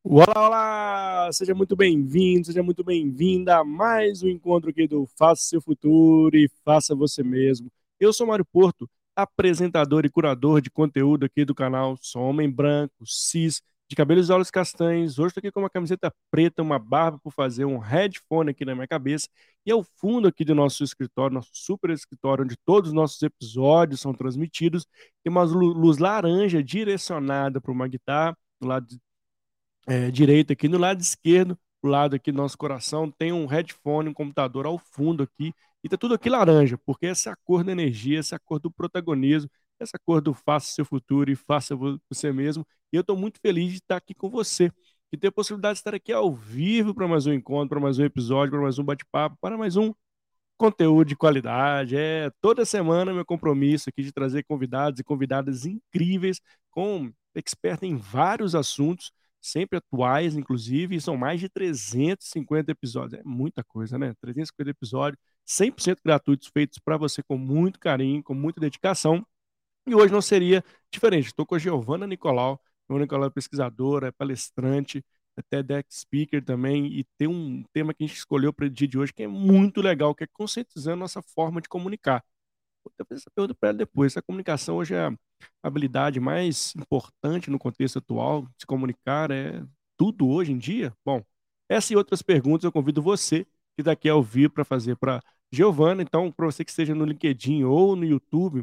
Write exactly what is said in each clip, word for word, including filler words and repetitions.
Olá, olá! Seja muito bem-vindo, seja muito bem-vinda a mais um encontro aqui do Faça Seu Futuro e Faça Você Mesmo. Eu sou Mário Porto, apresentador e curador de conteúdo aqui do canal. Sou homem branco, cis, de cabelos e olhos castanhos. Hoje estou aqui com uma camiseta preta, uma barba por fazer, um headphone aqui na minha cabeça. E ao fundo aqui do nosso escritório, nosso super escritório, onde todos os nossos episódios são transmitidos, tem uma lu- luz laranja direcionada para uma guitarra. Do lado é, direito aqui, no lado esquerdo, do lado aqui do nosso coração, tem um headphone, um computador ao fundo aqui, e tá tudo aqui laranja, porque essa é a cor da energia, essa é a cor do protagonismo, essa é a cor do faça seu futuro e faça vo- você mesmo. E eu estou muito feliz de estar aqui com você, de ter a possibilidade de estar aqui ao vivo para mais um encontro, para mais um episódio, para mais um bate-papo, para mais um conteúdo de qualidade. É toda semana meu compromisso aqui de trazer convidados e convidadas incríveis, com expert em vários assuntos, sempre atuais, inclusive, e são mais de trezentos e cinquenta episódios. É muita coisa, né? trezentos e cinquenta episódios, cem por cento gratuitos, feitos para você com muito carinho, com muita dedicação. E hoje não seria diferente. Estou com a Giovana Nicolau. Giovana Nicolau é pesquisadora, é palestrante, é TEDx speaker também, e tem um tema que a gente escolheu para o dia de hoje que é muito legal, que é conscientizando nossa forma de comunicar. Vou até fazer essa pergunta para ela depois. A comunicação hoje é a habilidade mais importante no contexto atual. Se comunicar é tudo hoje em dia? Bom, essa e outras perguntas eu convido você que daqui ao vivo para fazer para Giovana. Então, para você que esteja no LinkedIn ou no YouTube,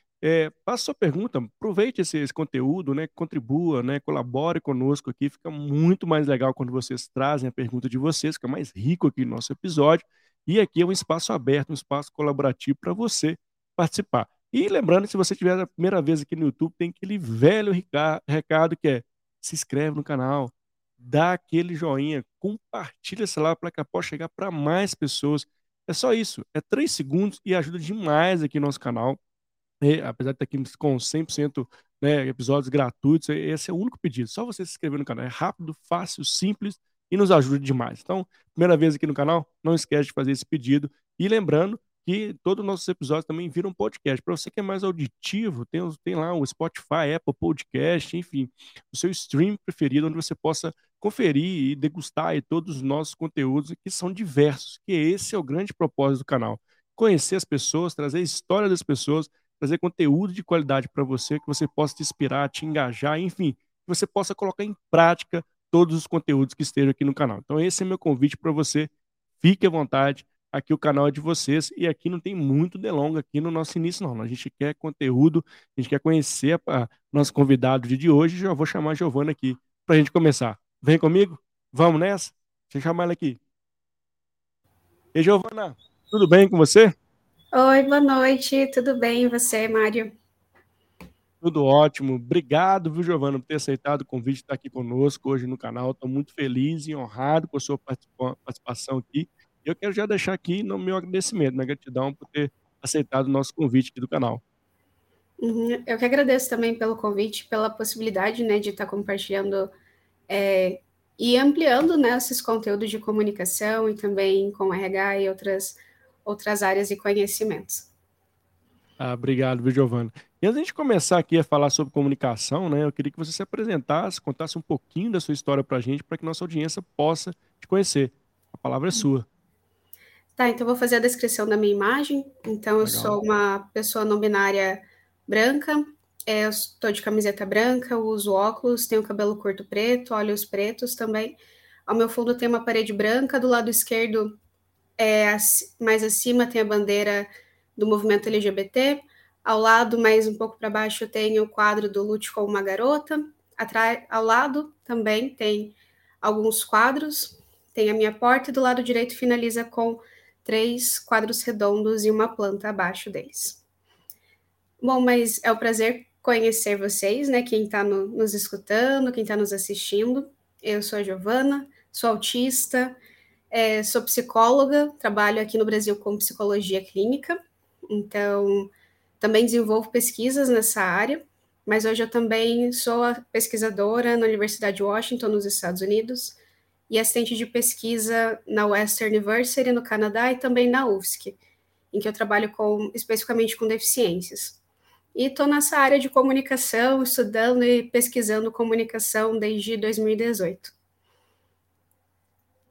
é, faça sua pergunta, aproveite esse, esse conteúdo, né? Contribua, né? Colabore conosco aqui. Fica muito mais legal quando vocês trazem a pergunta de vocês, fica mais rico aqui no nosso episódio. E aqui é um espaço aberto, um espaço colaborativo para você participar. E lembrando, se você estiver a primeira vez aqui no YouTube, tem aquele velho rica- recado que é: se inscreve no canal, dá aquele joinha, compartilha essa lá para que possa chegar para mais pessoas. É só isso, é três segundos e ajuda demais aqui no nosso canal. E, apesar de estar aqui com cem por cento, né, episódios gratuitos, esse é o único pedido. Só você se inscrever no canal. É rápido, fácil, simples e nos ajuda demais. Então, primeira vez aqui no canal, não esquece de fazer esse pedido. E lembrando que todos os nossos episódios também viram podcast. Para você que é mais auditivo, tem, os- tem lá o Spotify, Apple Podcast, enfim, o seu stream preferido, onde você possa conferir e degustar aí todos os nossos conteúdos, que são diversos, que esse é o grande propósito do canal. Conhecer as pessoas, trazer a história das pessoas, trazer conteúdo de qualidade para você, que você possa te inspirar, te engajar, enfim, que você possa colocar em prática todos os conteúdos que estejam aqui no canal. Então, esse é meu convite para você. Fique à vontade. Aqui o canal é de vocês e aqui não tem muito delonga aqui no nosso início, não. A gente quer conteúdo, a gente quer conhecer a, a nosso convidado de de hoje. Já vou chamar a Giovana aqui para a gente começar. Vem comigo? Vamos nessa? Deixa eu chamar ela aqui. E Giovana, tudo bem com você? Oi, boa noite, tudo bem e você, Mário? Tudo ótimo. Obrigado, viu, Giovana, por ter aceitado o convite de estar aqui conosco hoje no canal. Estou muito feliz e honrado com a sua participa- participação aqui. E eu quero já deixar aqui no meu agradecimento, minha gratidão por ter aceitado o nosso convite aqui do canal. Uhum, eu que agradeço também pelo convite, pela possibilidade, né, de estar compartilhando é, e ampliando, né, esses conteúdos de comunicação e também com R H e outras, outras áreas de conhecimentos. Ah, obrigado, viu, Giovana. E antes de a gente começar aqui a falar sobre comunicação, né, eu queria que você se apresentasse, contasse um pouquinho da sua história para a gente, para que nossa audiência possa te conhecer. A palavra é sua. Tá, então vou fazer a descrição da minha imagem. Então, eu Legal. sou uma pessoa não binária branca, é, eu estou de camiseta branca, uso óculos, tenho cabelo curto preto, olhos pretos também. Ao meu fundo tem uma parede branca, do lado esquerdo é, mais acima tem a bandeira do movimento L G B T, ao lado, mais um pouco para baixo, tem o quadro do Lute com uma Garota, Atrás, ao lado também tem alguns quadros, tem a minha porta e do lado direito finaliza com três quadros redondos e uma planta abaixo deles. Bom, mas é um prazer conhecer vocês, né? Quem está no, nos escutando, quem está nos assistindo. Eu sou a Giovana, sou autista, é, sou psicóloga, trabalho aqui no Brasil com psicologia clínica, então também desenvolvo pesquisas nessa área, mas hoje eu também sou pesquisadora na Universidade de Washington, nos Estados Unidos, e assistente de pesquisa na Western University, no Canadá, e também na U F S C, em que eu trabalho com, especificamente com deficiências. E estou nessa área de comunicação, estudando e pesquisando comunicação desde dois mil e dezoito.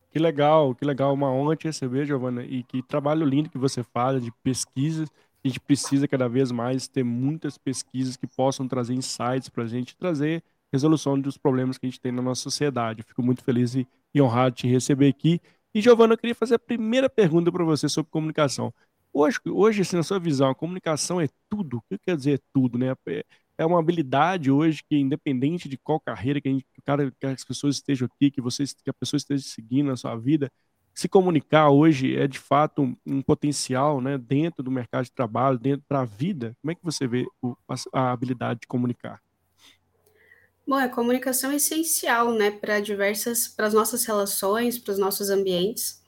Que legal, que legal, uma honra te receber, Giovana, e que trabalho lindo que você faz de pesquisas. A gente precisa cada vez mais ter muitas pesquisas que possam trazer insights para a gente trazer resolução dos problemas que a gente tem na nossa sociedade. Eu fico muito feliz e, e honrado de te receber aqui. E, Giovana, eu queria fazer a primeira pergunta para você sobre comunicação. Hoje, hoje, assim, na sua visão, a comunicação é tudo? O que quer dizer tudo, né? É é uma habilidade hoje que, independente de qual carreira que, a gente, que, o cara, que as pessoas estejam aqui, que, você, que a pessoa esteja seguindo na sua vida, se comunicar hoje é de fato um, um potencial, né, dentro do mercado de trabalho, dentro para a vida. Como é que você vê o, a, a habilidade de comunicar? Bom, a comunicação é essencial, né, para diversas, para as nossas relações, para os nossos ambientes.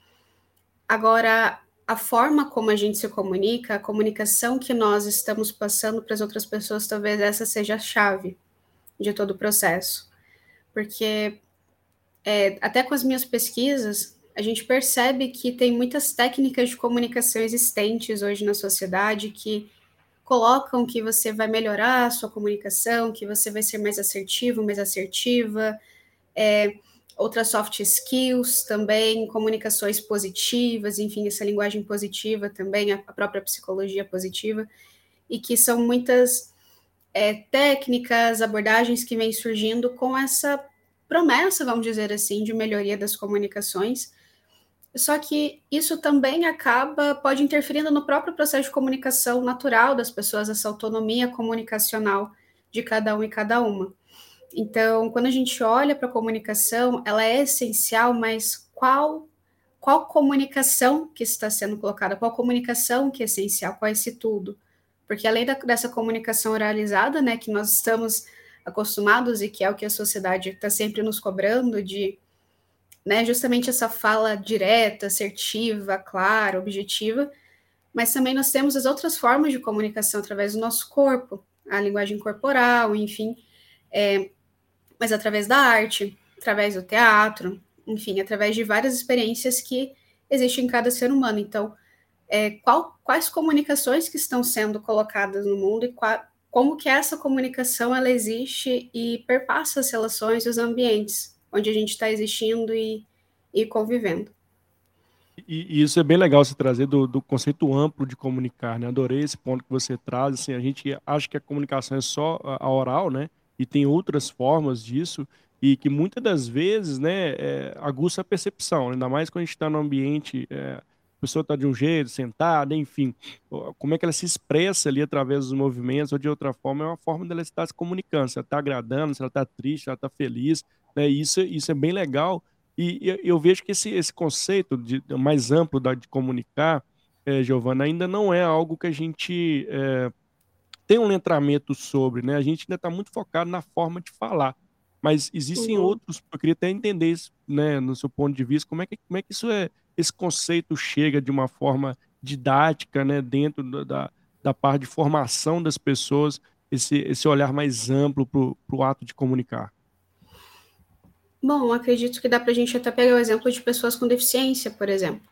Agora, a forma como a gente se comunica, a comunicação que nós estamos passando para as outras pessoas, talvez essa seja a chave de todo o processo. Porque é, até com as minhas pesquisas, a gente percebe que tem muitas técnicas de comunicação existentes hoje na sociedade que colocam que você vai melhorar a sua comunicação, que você vai ser mais assertivo, mais assertiva, é, outras soft skills também, comunicações positivas, enfim, essa linguagem positiva também, a própria psicologia positiva, e que são muitas é, técnicas, abordagens que vêm surgindo com essa promessa, vamos dizer assim, de melhoria das comunicações. Só que isso também acaba, pode interferindo no próprio processo de comunicação natural das pessoas, essa autonomia comunicacional de cada um e cada uma. Então, quando a gente olha para a comunicação, ela é essencial, mas qual qual comunicação que está sendo colocada? Qual comunicação que é essencial? Qual é esse tudo? Porque além da, dessa comunicação oralizada, né, que nós estamos acostumados e que é o que a sociedade está sempre nos cobrando de, né, justamente essa fala direta, assertiva, clara, objetiva, mas também nós temos as outras formas de comunicação através do nosso corpo, a linguagem corporal, enfim, é, mas através da arte, através do teatro, enfim, através de várias experiências que existem em cada ser humano. Então, é, qual, quais comunicações que estão sendo colocadas no mundo e qual, como que essa comunicação ela existe e perpassa as relações e os ambientes onde a gente está existindo e, e convivendo. E, e isso é bem legal você trazer do, do conceito amplo de comunicar, né? Adorei esse ponto que você traz. Assim, a gente acha que a comunicação é só a, a oral, né? E tem outras formas disso e que muitas das vezes, né, é, aguça a percepção, né? Ainda mais quando a gente está no ambiente, é, a pessoa está de um jeito, sentada, enfim, como é que ela se expressa ali através dos movimentos ou de outra forma, é uma forma dela estar se comunicando, se ela está agradando, se ela está triste, se ela está feliz, né? E isso, isso é bem legal. E eu eu vejo que esse esse conceito de mais amplo da de comunicar, eh, Giovana, ainda não é algo que a gente, eh, tem um letramento sobre, né, a gente ainda está muito focado na forma de falar. Mas existem Uhum. outros eu queria até entender isso, né, no seu ponto de vista, como é que como é que isso é esse conceito chega de uma forma didática, né, dentro da da da parte de formação das pessoas, esse esse olhar mais amplo para o para o ato de comunicar? Bom, acredito que dá para a gente até pegar o exemplo de pessoas com deficiência, por exemplo.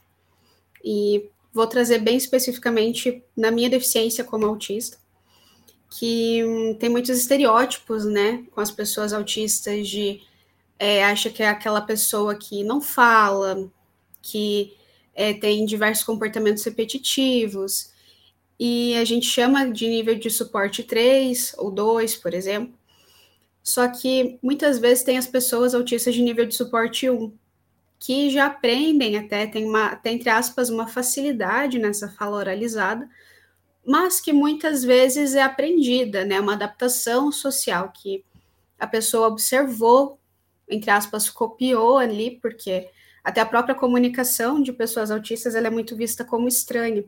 E vou trazer bem especificamente na minha deficiência como autista, que hum, tem muitos estereótipos, né, com as pessoas autistas de é, acha que é aquela pessoa que não fala, que é, tem diversos comportamentos repetitivos, e a gente chama de nível de suporte três ou dois, por exemplo. Só que muitas vezes tem as pessoas autistas de nível de suporte um, que já aprendem até, tem uma, tem, entre aspas, uma facilidade nessa fala oralizada, mas que muitas vezes é aprendida, né? Uma adaptação social que a pessoa observou, entre aspas, copiou ali, porque até a própria comunicação de pessoas autistas ela é muito vista como estranha.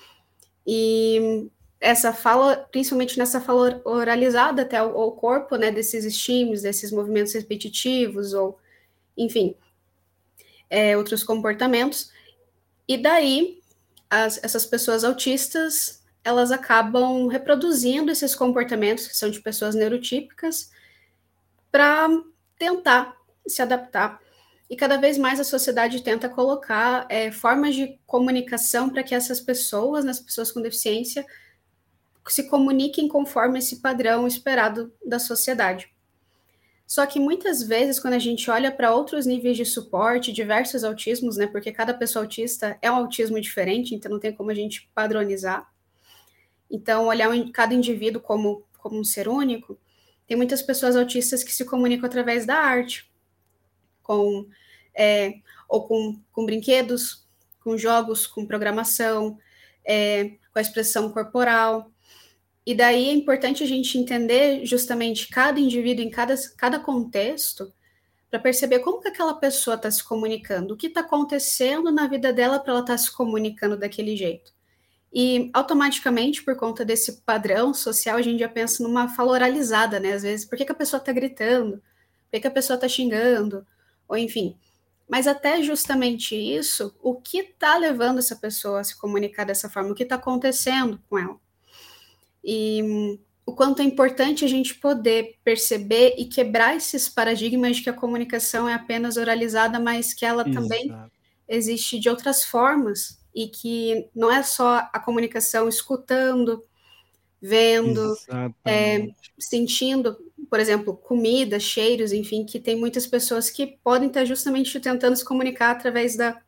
E essa fala, principalmente nessa fala oralizada até o, o corpo, né, desses estímulos, desses movimentos repetitivos, ou, enfim, é, outros comportamentos. E daí, as, essas pessoas autistas, elas acabam reproduzindo esses comportamentos, que são de pessoas neurotípicas, para tentar se adaptar. E cada vez mais a sociedade tenta colocar é, formas de comunicação para que essas pessoas, né, as pessoas com deficiência, se comuniquem conforme esse padrão esperado da sociedade. Só que muitas vezes, quando a gente olha para outros níveis de suporte, diversos autismos, né, porque cada pessoa autista é um autismo diferente, então não tem como a gente padronizar. Então, olhar cada indivíduo como, como um ser único, tem muitas pessoas autistas que se comunicam através da arte, com, é, ou com, com brinquedos, com jogos, com programação, é, com a expressão corporal. E daí é importante a gente entender justamente cada indivíduo em cada, cada contexto para perceber como que aquela pessoa está se comunicando, o que está acontecendo na vida dela para ela estar tá se comunicando daquele jeito. E automaticamente, por conta desse padrão social, a gente já pensa numa fala oralizada, né? Às vezes, por que, que a pessoa está gritando? Por que, que a pessoa está xingando? Ou enfim. Mas até justamente isso, o que está levando essa pessoa a se comunicar dessa forma? O que está acontecendo com ela? E o quanto é importante a gente poder perceber e quebrar esses paradigmas de que a comunicação é apenas oralizada, mas que ela também Exato. existe de outras formas e que não é só a comunicação escutando, vendo, é, Exatamente. sentindo, por exemplo, comida, cheiros, enfim, que tem muitas pessoas que podem estar justamente tentando se comunicar através da,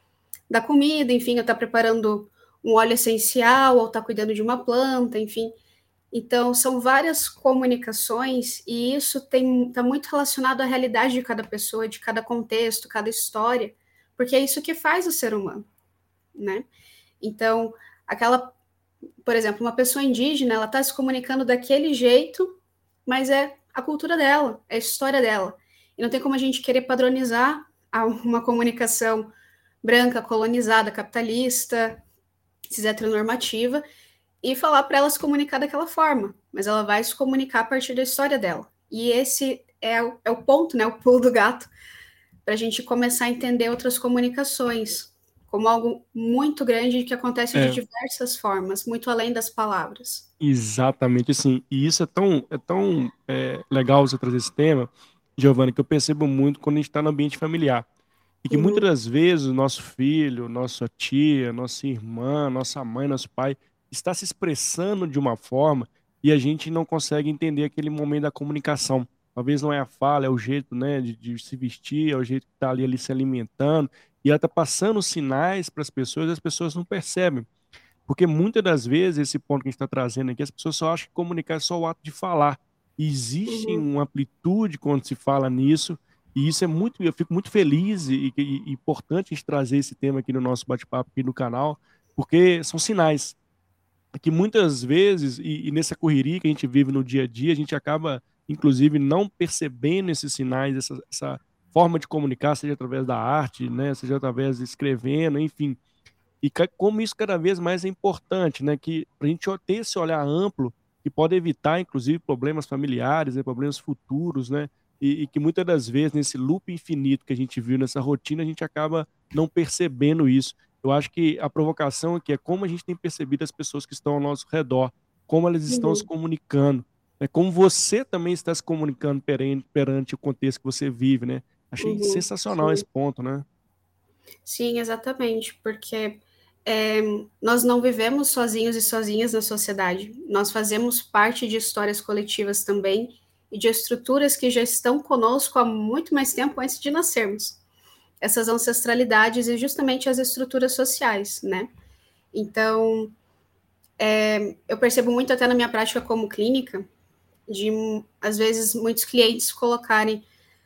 da comida, enfim, ou estar preparando um óleo essencial, ou estar cuidando de uma planta, enfim. Então, são várias comunicações e isso está muito relacionado à realidade de cada pessoa, de cada contexto, cada história, porque é isso que faz o ser humano, né? Então, aquela, por exemplo, uma pessoa indígena, ela está se comunicando daquele jeito, mas é a cultura dela, é a história dela. E não tem como a gente querer padronizar uma comunicação branca, colonizada, capitalista, cis heteronormativa, e falar para ela se comunicar daquela forma, mas ela vai se comunicar a partir da história dela. E esse é, o, é o ponto, né, o pulo do gato, para a gente começar a entender outras comunicações como algo muito grande que acontece de É, diversas formas, muito além das palavras. exatamente assim. E isso é tão, é tão é, legal você trazer esse tema, Giovanni, que eu percebo muito quando a gente está no ambiente familiar. E que muitas Uhum, das vezes o nosso filho, nossa tia, nossa irmã, nossa mãe, nosso pai está se expressando de uma forma e a gente não consegue entender aquele momento da comunicação. Talvez não é a fala, é o jeito, né, de, de se vestir, é o jeito que está ali, ali se alimentando. E ela está passando sinais para as pessoas e as pessoas não percebem. Porque muitas das vezes, esse ponto que a gente está trazendo aqui, as pessoas só acham que comunicar é só o ato de falar. E existe uhum, uma amplitude quando se fala nisso, e isso é muito, eu fico muito feliz e, e, e importante a gente trazer esse tema aqui no nosso bate-papo aqui no canal, porque são sinais que muitas vezes, e, e nessa correria que a gente vive no dia a dia, a gente acaba, inclusive, não percebendo esses sinais, essa, essa forma de comunicar, seja através da arte, né, seja através de escrevendo, enfim, e ca- como isso cada vez mais é importante, né? Que para a gente ter esse olhar amplo, que pode evitar, inclusive, problemas familiares, né, problemas futuros, né? E, e que muitas das vezes, nesse loop infinito que a gente viu nessa rotina, a gente acaba não percebendo isso. Eu acho que a provocação aqui é como a gente tem percebido as pessoas que estão ao nosso redor, como elas estão se uhum, comunicando, né? Como você também está se comunicando perante, perante o contexto que você vive, né? Achei uhum, sensacional esse sim. ponto, né? Sim, exatamente, porque é, nós não vivemos sozinhos e sozinhas na sociedade, nós fazemos parte de histórias coletivas também e de estruturas que já estão conosco há muito mais tempo antes de nascermos. Essas ancestralidades e justamente as estruturas sociais, né? Então, é, eu percebo muito até na minha prática como clínica, de às vezes muitos clientes colocarem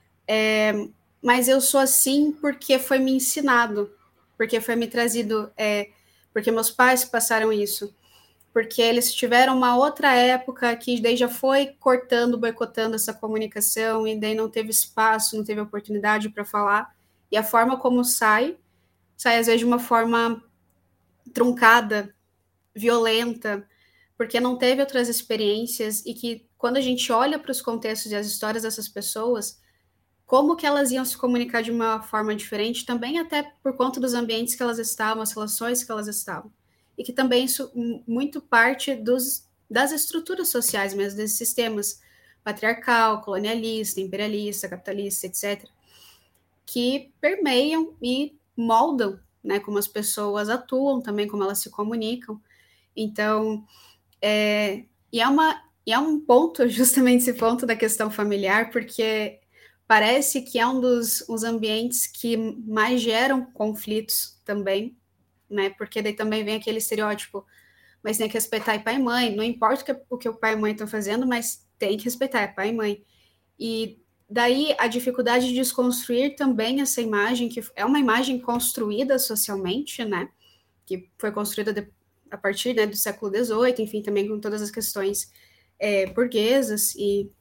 mas eu sou assim porque foi me ensinado, porque foi me trazido, é, porque meus pais passaram isso, porque eles tiveram uma outra época que daí já foi cortando, boicotando essa comunicação e daí não teve espaço, não teve oportunidade para falar. E a forma como sai, sai às vezes de uma forma truncada, violenta, porque não teve outras experiências e que quando a gente olha para os contextos e as histórias dessas pessoas, como que elas iam se comunicar de uma forma diferente, também até por conta dos ambientes que elas estavam, as relações que elas estavam. E que também isso muito parte dos, das estruturas sociais mesmo, desses sistemas patriarcal, colonialista, imperialista, capitalista, etcétera, que permeiam e moldam, né, como as pessoas atuam, também como elas se comunicam. Então, é, e é uma E é um ponto, justamente esse ponto da questão familiar, porque parece que é um dos os ambientes que mais geram conflitos também, né? Porque daí também vem aquele estereótipo, mas tem que respeitar pai e mãe, não importa o que, o que o pai e mãe estão fazendo, mas tem que respeitar, é pai e mãe. E daí a dificuldade de desconstruir também essa imagem, que é uma imagem construída socialmente, né? Que foi construída de, a partir, né, do século dezoito, enfim, também com todas as questões é, burguesas e,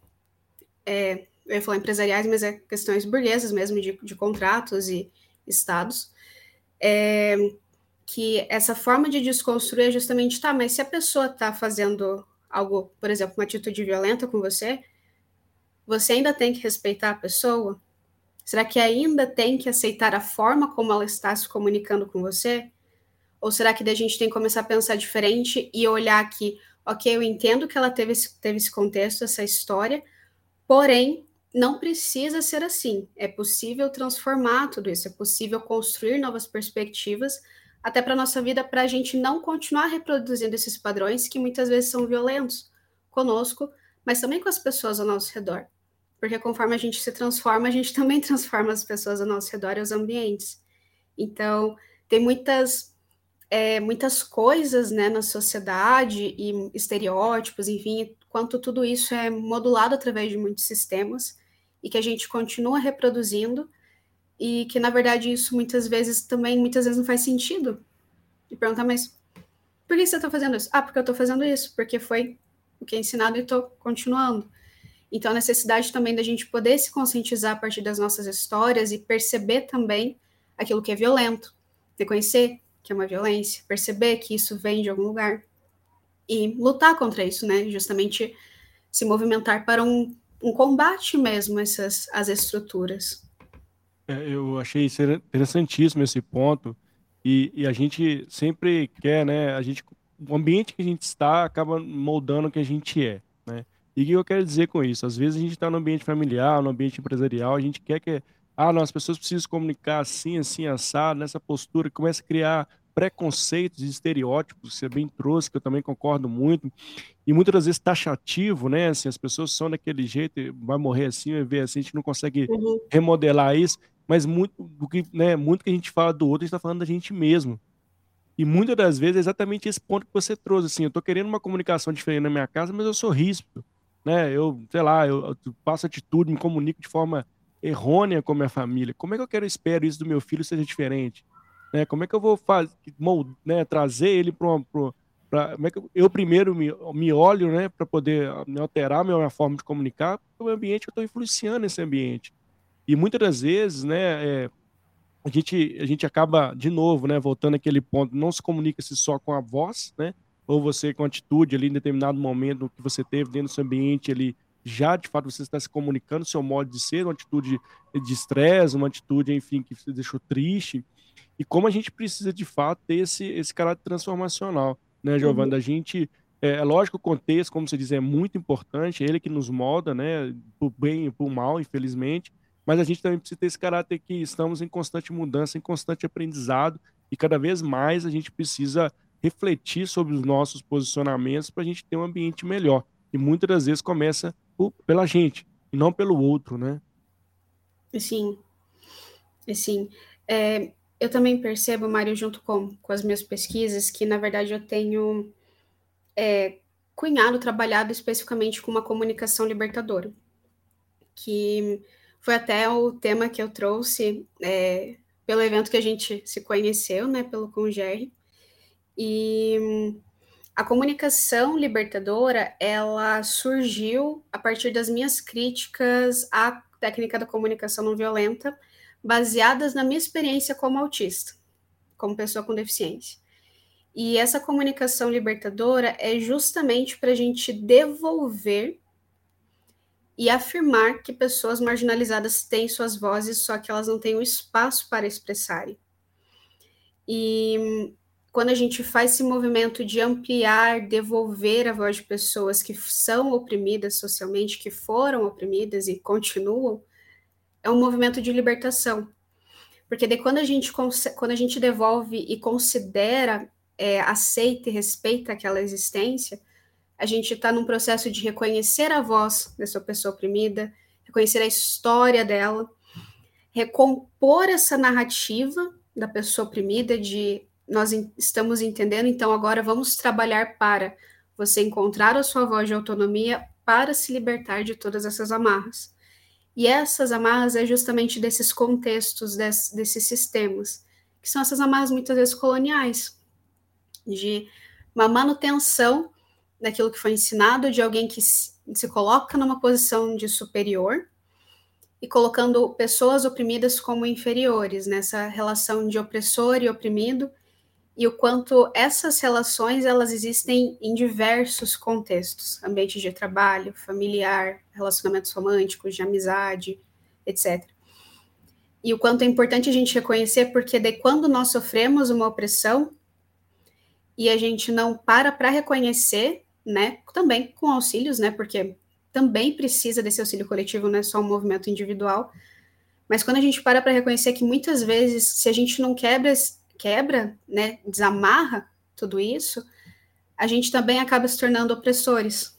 é, eu ia falar empresariais, mas é questões burguesas mesmo, de, de contratos e estados, é, que essa forma de desconstruir é justamente, tá, mas se a pessoa está fazendo algo, por exemplo, uma atitude violenta com você, você ainda tem que respeitar a pessoa? Será que ainda tem que aceitar a forma como ela está se comunicando com você? Ou será que daí a gente tem que começar a pensar diferente e olhar que, ok, eu entendo que ela teve esse, teve esse contexto, essa história, porém, não precisa ser assim. É possível transformar tudo isso, é possível construir novas perspectivas, até para a nossa vida, para a gente não continuar reproduzindo esses padrões que muitas vezes são violentos conosco, mas também com as pessoas ao nosso redor. Porque conforme a gente se transforma, a gente também transforma as pessoas ao nosso redor e os ambientes. Então, tem muitas é, muitas coisas, né, na sociedade e estereótipos, enfim, quanto tudo isso é modulado através de muitos sistemas e que a gente continua reproduzindo e que, na verdade, isso muitas vezes também, muitas vezes não faz sentido. E perguntar, mas por que você está fazendo isso? Ah, porque eu estou fazendo isso, porque foi o que é ensinado e estou continuando. Então, a necessidade também da gente poder se conscientizar a partir das nossas histórias e perceber também aquilo que é violento, reconhecer que é uma violência, perceber que isso vem de algum lugar e lutar contra isso, né? Justamente se movimentar para um, um combate mesmo essas as estruturas. É, eu achei interessantíssimo esse ponto e, e a gente sempre quer, né? A gente, o ambiente que a gente está acaba moldando o que a gente é, né? E o que eu quero dizer com isso? Às vezes a gente está no ambiente familiar, no ambiente empresarial, a gente quer que, ah, não, as pessoas precisam se comunicar assim, assim, assado, nessa postura, começa a criar preconceitos e estereótipos, que você bem trouxe, que eu também concordo muito, e muitas das vezes taxativo, né? Assim, as pessoas são daquele jeito, e vai morrer assim, vai ver assim, a gente não consegue Uhum. remodelar isso, mas muito do que, né, muito que a gente fala do outro, a gente está falando da gente mesmo. E muitas das vezes é exatamente esse ponto que você trouxe, assim, eu tô querendo uma comunicação diferente na minha casa, mas eu sou ríspido, né? Eu, sei lá, eu, eu passo atitude, me comunico de forma errônea com a minha família. Como é que eu quero espero isso do meu filho seja diferente? Né? Como é que eu vou fazer, né, trazer ele para uma pra, pra- como é que eu, eu primeiro me, me olho, né, para poder ah, me alterar a minha forma de comunicar, porque o ambiente eu estou influenciando esse ambiente. E muitas das vezes, né, é, a gente, a gente acaba, de novo, né, voltando àquele ponto, não se comunica-se só com a voz, né, ou você com atitude ali em determinado momento que você teve dentro do seu ambiente ali, já de fato você está se comunicando seu modo de ser, uma atitude de estresse, uma atitude, enfim, que você deixou triste, e como a gente precisa de fato ter esse, esse caráter transformacional, né, Giovanna? Uhum. Da gente, é, é lógico que o contexto, como você diz, é muito importante, é ele que nos molda, né, por bem e por mal, infelizmente, mas a gente também precisa ter esse caráter que estamos em constante mudança, em constante aprendizado, e cada vez mais a gente precisa refletir sobre os nossos posicionamentos para a gente ter um ambiente melhor. E muitas das vezes começa por- pela gente, e não pelo outro, né? Sim, sim. É, eu também percebo, Mário, junto com, com as minhas pesquisas, que na verdade eu tenho é, cunhado, trabalhado especificamente com uma comunicação libertadora, que foi até o tema que eu trouxe é, pelo evento que a gente se conheceu, né, pelo Congerre. E a comunicação libertadora, ela surgiu a partir das minhas críticas à técnica da comunicação não violenta, baseadas na minha experiência como autista, como pessoa com deficiência. E essa comunicação libertadora é justamente para a gente devolver e afirmar que pessoas marginalizadas têm suas vozes, só que elas não têm o espaço para expressarem. E quando a gente faz esse movimento de ampliar, devolver a voz de pessoas que são oprimidas socialmente, que foram oprimidas e continuam, é um movimento de libertação. Porque daí quando a gente, quando a gente devolve e considera, é, aceita e respeita aquela existência, a gente está num processo de reconhecer a voz dessa pessoa oprimida, reconhecer a história dela, recompor essa narrativa da pessoa oprimida, de nós estamos entendendo, então agora vamos trabalhar para você encontrar a sua voz de autonomia para se libertar de todas essas amarras. E essas amarras é justamente desses contextos, desse, desses sistemas, que são essas amarras muitas vezes coloniais, de uma manutenção daquilo que foi ensinado, de alguém que se, se coloca numa posição de superior e colocando pessoas oprimidas como inferiores, nessa relação de opressor e oprimido, e o quanto essas relações elas existem em diversos contextos, ambiente de trabalho, familiar, relacionamentos românticos, de amizade, etcétera. E o quanto é importante a gente reconhecer, porque daí quando nós sofremos uma opressão e a gente não para para reconhecer, né, também com auxílios, né, porque também precisa desse auxílio coletivo, não é só um movimento individual, mas quando a gente para para reconhecer que muitas vezes, se a gente não quebra, quebra, né, desamarra tudo isso, a gente também acaba se tornando opressores,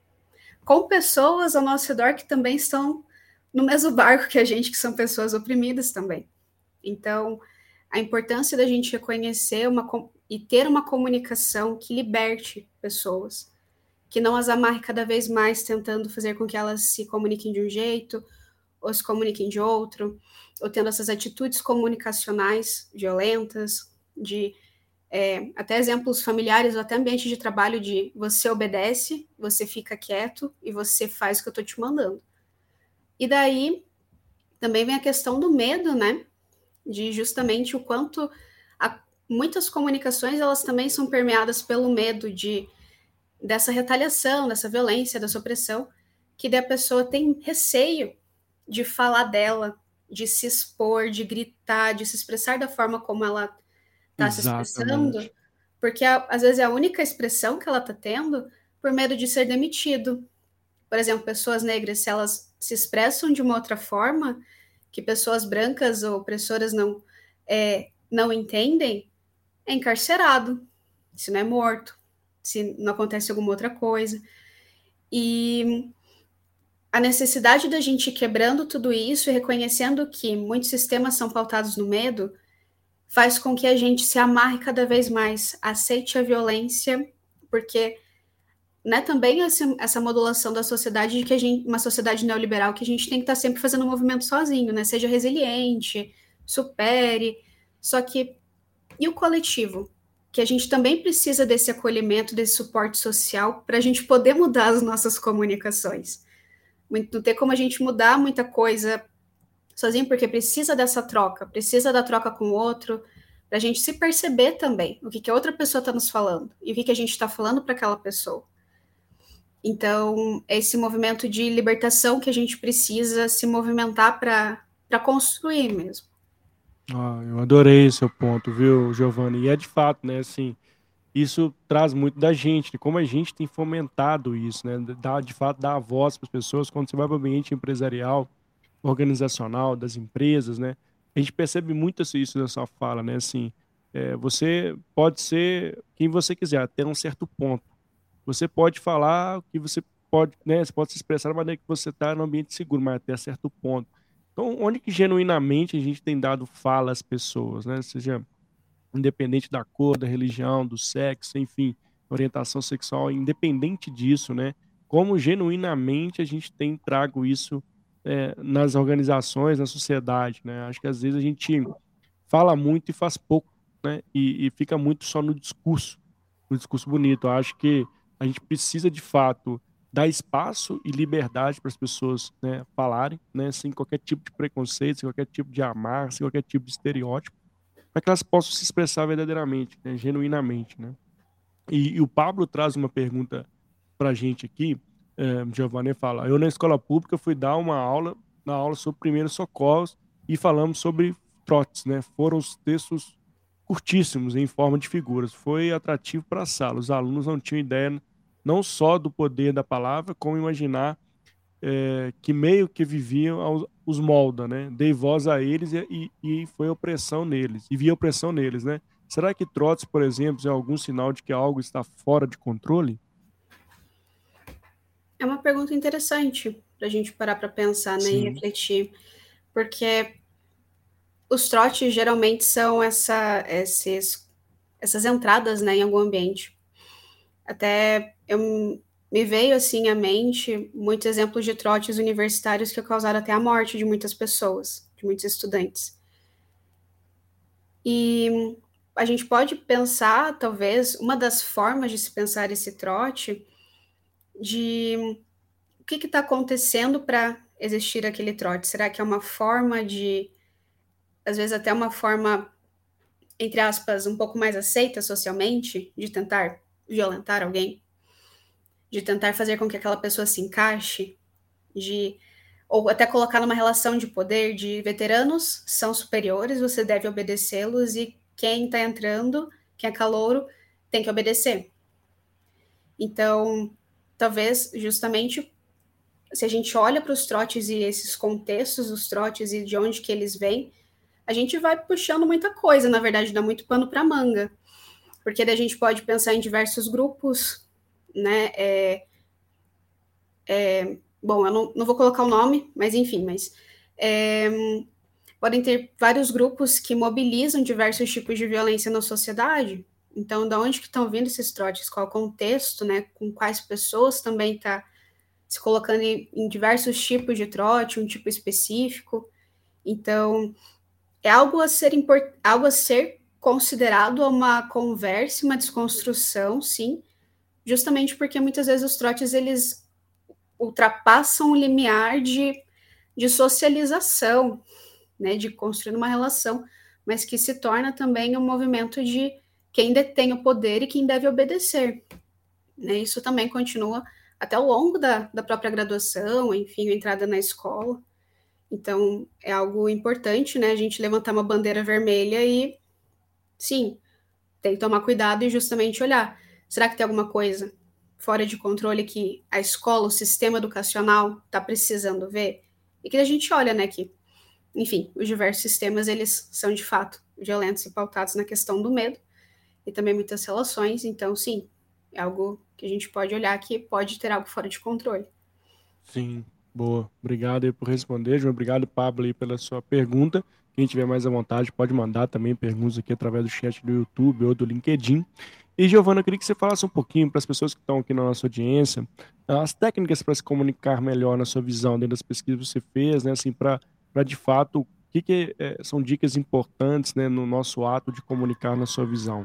com pessoas ao nosso redor que também estão no mesmo barco que a gente, que são pessoas oprimidas também. Então, a importância da gente reconhecer uma, e ter uma comunicação que liberte pessoas, que não as amarre cada vez mais, tentando fazer com que elas se comuniquem de um jeito, ou se comuniquem de outro, ou tendo essas atitudes comunicacionais violentas, de é, até exemplos familiares ou até ambiente de trabalho de você obedece, você fica quieto e você faz o que eu estou te mandando. E daí também vem a questão do medo, né? De justamente o quanto a, muitas comunicações elas também são permeadas pelo medo de dessa retaliação, dessa violência, dessa opressão, que daí a pessoa tem receio de falar dela, de se expor, de gritar, de se expressar da forma como ela está se expressando, porque a, às vezes é a única expressão que ela está tendo por medo de ser demitido. Por exemplo, pessoas negras, se elas se expressam de uma outra forma, que pessoas brancas ou opressoras não, é, não entendem, é encarcerado, se não é morto, se não acontece alguma outra coisa. E a necessidade da gente ir quebrando tudo isso e reconhecendo que muitos sistemas são pautados no medo faz com que a gente se amarre cada vez mais, aceite a violência, porque né, também essa, essa modulação da sociedade, de que a gente, uma sociedade neoliberal, que a gente tem que estar sempre fazendo um movimento sozinho, né? Seja resiliente, supere, só que e o coletivo? Que a gente também precisa desse acolhimento, desse suporte social para a gente poder mudar as nossas comunicações. Não tem como a gente mudar muita coisa sozinho, porque precisa dessa troca, precisa da troca com o outro, para a gente se perceber também o que, que a outra pessoa está nos falando e o que, que a gente está falando para aquela pessoa. Então, é esse movimento de libertação que a gente precisa se movimentar para construir mesmo. Ah, eu adorei esse seu ponto, viu, Giovanni? E é de fato, né, assim, isso traz muito da gente, de como a gente tem fomentado isso, né? Dá, de fato, dar a voz para as pessoas quando você vai para o ambiente empresarial, organizacional, das empresas, né? A gente percebe muito isso na sua fala, né? Assim, é, você pode ser quem você quiser, até um certo ponto. Você pode falar o que você pode, né? Você pode se expressar da maneira que você está no ambiente seguro, mas até certo ponto. Então, onde que genuinamente a gente tem dado fala às pessoas, né? Seja independente da cor, da religião, do sexo, enfim, orientação sexual, independente disso, né? Como genuinamente a gente tem trago isso é, nas organizações, na sociedade, né? Acho que às vezes a gente fala muito e faz pouco, né? E, e fica muito só no discurso, no discurso bonito. Eu acho que a gente precisa de fato dar espaço e liberdade para as pessoas, né, falarem, né, sem qualquer tipo de preconceito, sem qualquer tipo de amarra, sem qualquer tipo de estereótipo, para que elas possam se expressar verdadeiramente, né, genuinamente, né? E, e o Pablo traz uma pergunta para a gente aqui, é, Giovanni fala, eu na escola pública fui dar uma aula, na aula sobre primeiros socorros e falamos sobre trotes, né? Foram os textos curtíssimos em forma de figuras. Foi atrativo para a sala. Os alunos não tinham ideia não só do poder da palavra, como imaginar é, que meio que viviam aos, os molda, né? Dei voz a eles e, e foi opressão neles, e via opressão neles, né? Será que trotes, por exemplo, é algum sinal de que algo está fora de controle? É uma pergunta interessante para a gente parar para pensar, né, e Sim. refletir, porque os trotes geralmente são essa esses essas entradas, né, em algum ambiente. Até eu me veio, assim, à mente muitos exemplos de trotes universitários que causaram até a morte de muitas pessoas, de muitos estudantes. E a gente pode pensar, talvez, uma das formas de se pensar esse trote, de o que está acontecendo para existir aquele trote? Será que é uma forma de, às vezes, até uma forma, entre aspas, um pouco mais aceita socialmente, de tentar violentar alguém? De tentar fazer com que aquela pessoa se encaixe? De ou até colocar numa relação de poder de veteranos são superiores, você deve obedecê-los e quem está entrando, quem é calouro, tem que obedecer. Então, talvez justamente se a gente olha para os trotes e esses contextos dos trotes e de onde que eles vêm, a gente vai puxando muita coisa, na verdade, dá muito pano para manga, porque daí a gente pode pensar em diversos grupos, né? É, é, bom, eu não, não vou colocar o nome, mas enfim, mas é, podem ter vários grupos que mobilizam diversos tipos de violência na sociedade. Então, da onde que estão vindo esses trotes? Qual o contexto, né? Com quais pessoas também está se colocando em, em diversos tipos de trote, um tipo específico. Então, é algo a ser import... algo a ser considerado uma conversa, uma desconstrução, sim, justamente porque muitas vezes os trotes eles ultrapassam o limiar de, de socialização, né, de construir uma relação, mas que se torna também um movimento de quem detém o poder e quem deve obedecer. Né? Isso também continua até ao longo da, da própria graduação, enfim, a entrada na escola. Então, é algo importante, né, a gente levantar uma bandeira vermelha e, sim, tem que tomar cuidado e justamente olhar. Será que tem alguma coisa fora de controle que a escola, o sistema educacional está precisando ver? E que a gente olha, né, que, enfim, os diversos sistemas, eles são, de fato, violentos e pautados na questão do medo e também muitas relações. Então, sim, é algo que a gente pode olhar que pode ter algo fora de controle. Sim, boa. Obrigado aí por responder, João. Obrigado, Pablo, aí pela sua pergunta. Quem tiver mais à vontade pode mandar também perguntas aqui através do chat do YouTube ou do LinkedIn. E, Giovana, eu queria que você falasse um pouquinho para as pessoas que estão aqui na nossa audiência, as técnicas para se comunicar melhor na sua visão, dentro das pesquisas que você fez, né, assim, para, para de fato, o que, que é, são dicas importantes, né, no nosso ato de comunicar na sua visão?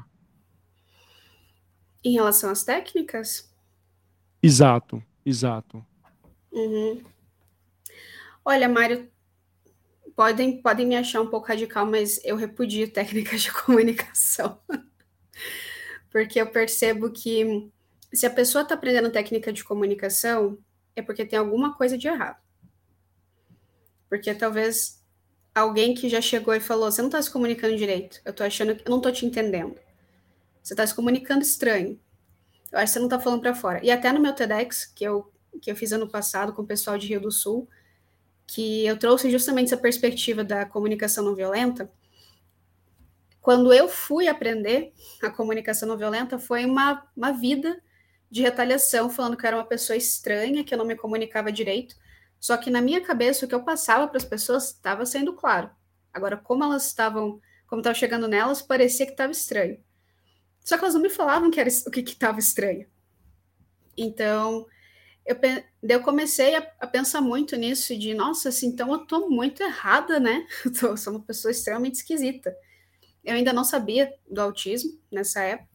Em relação às técnicas? Exato, exato. Uhum. Olha, Mário, podem, podem me achar um pouco radical, mas eu repudio técnicas de comunicação. Porque eu percebo que se a pessoa está aprendendo técnica de comunicação, é porque tem alguma coisa de errado. Porque talvez alguém que já chegou e falou, você não está se comunicando direito, eu tô achando que eu não tô te entendendo. Você está se comunicando estranho. Eu acho que você não está falando para fora. E até no meu TEDx, que eu, que eu fiz ano passado com o pessoal de Rio do Sul, que eu trouxe justamente essa perspectiva da comunicação não violenta, quando eu fui aprender a comunicação não violenta, foi uma, uma vida de retaliação, falando que eu era uma pessoa estranha, que eu não me comunicava direito. Só que na minha cabeça, o que eu passava para as pessoas estava sendo claro. Agora, como elas estavam, como estava chegando nelas, parecia que estava estranho. Só que elas não me falavam que era o que estava estranho. Então, eu, eu comecei a, a, pensar muito nisso, de, nossa, assim, então eu tô muito errada, né? Eu tô, sou uma pessoa extremamente esquisita. Eu ainda não sabia do autismo nessa época.